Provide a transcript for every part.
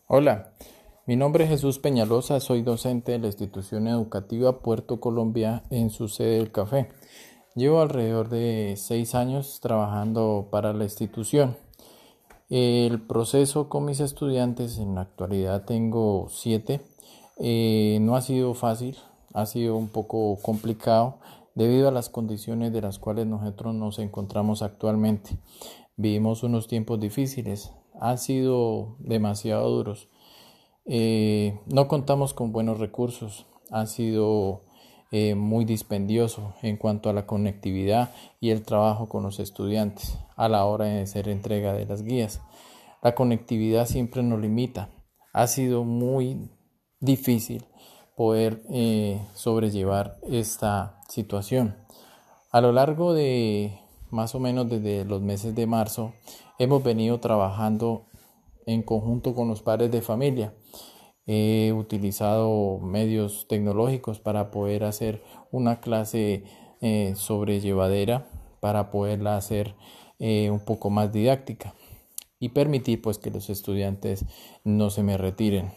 Hola, mi nombre es Jesús Peñalosa, soy docente de la institución educativa Puerto Colombia en su sede del Café. Llevo alrededor de 6 años trabajando para la institución. El proceso con mis estudiantes, en la actualidad tengo 7, no ha sido fácil, ha sido un poco complicado debido a las condiciones de las cuales nosotros nos encontramos actualmente. Vivimos unos tiempos difíciles, han sido demasiado duros. No contamos con buenos recursos, ha sido muy dispendioso en cuanto a la conectividad y el trabajo con los estudiantes a la hora de hacer entrega de las guías. La conectividad siempre nos limita. Ha sido muy difícil poder sobrellevar esta situación. A lo largo de más o menos desde los meses de marzo hemos venido trabajando en conjunto con los padres de familia. He utilizado medios tecnológicos para poder hacer una clase sobrellevadera, para poderla hacer un poco más didáctica y permitir pues que los estudiantes no se me retiren.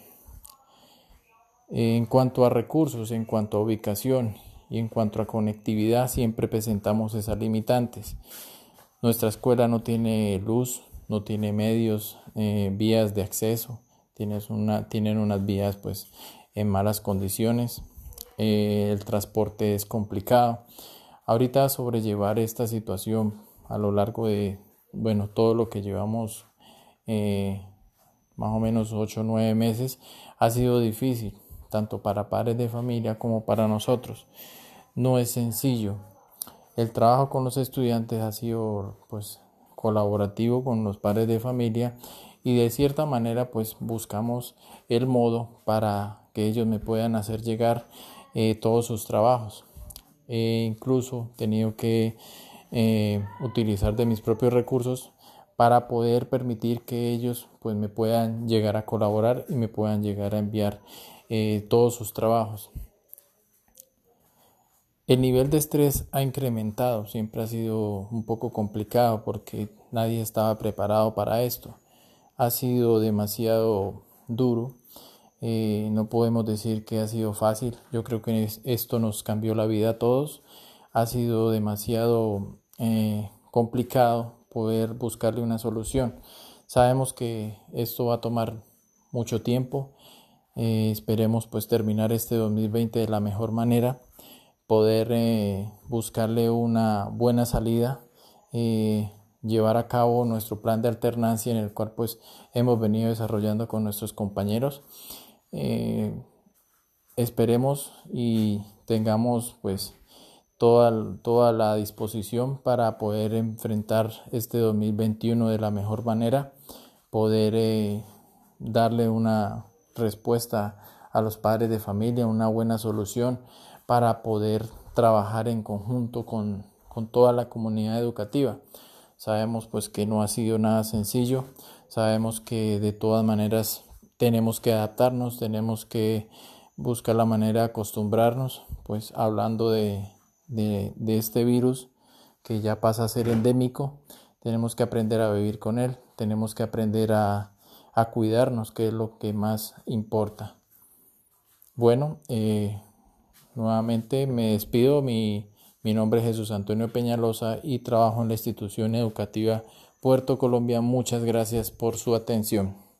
En cuanto a recursos, en cuanto a ubicación y en cuanto a conectividad, siempre presentamos esas limitantes. Nuestra escuela no tiene luz, no tiene medios, vías de acceso, tienen unas vías pues en malas condiciones, el transporte es complicado. Ahorita sobrellevar esta situación a lo largo de, todo lo que llevamos, más o menos 8 o 9 meses, ha sido difícil, tanto para padres de familia como para nosotros. No es sencillo. El trabajo con los estudiantes ha sido pues colaborativo con los padres de familia y de cierta manera pues buscamos el modo para que ellos me puedan hacer llegar todos sus trabajos. Incluso he tenido que utilizar de mis propios recursos para poder permitir que ellos pues me puedan llegar a colaborar y me puedan llegar a enviar todos sus trabajos. El nivel de estrés ha incrementado, siempre ha sido un poco complicado porque nadie estaba preparado para esto. Ha sido demasiado duro, no podemos decir que ha sido fácil. Yo creo que esto nos cambió la vida a todos. Ha sido demasiado complicado poder buscarle una solución. Sabemos que esto va a tomar mucho tiempo. Esperemos pues terminar este 2020 de la mejor manera, poder buscarle una buena salida, llevar a cabo nuestro plan de alternancia en el cual pues hemos venido desarrollando con nuestros compañeros. Esperemos y tengamos pues toda la disposición para poder enfrentar este 2021 de la mejor manera, poder darle una respuesta a los padres de familia, una buena solución para poder trabajar en conjunto con toda la comunidad educativa. Sabemos pues que no ha sido nada sencillo, sabemos que de todas maneras tenemos que adaptarnos, tenemos que buscar la manera de acostumbrarnos, pues hablando de este virus que ya pasa a ser endémico, tenemos que aprender a vivir con él, tenemos que aprender a cuidarnos, que es lo que más importa. Bueno, nuevamente me despido, mi nombre es Jesús Antonio Peñalosa y trabajo en la institución educativa Puerto Colombia. Muchas gracias por su atención.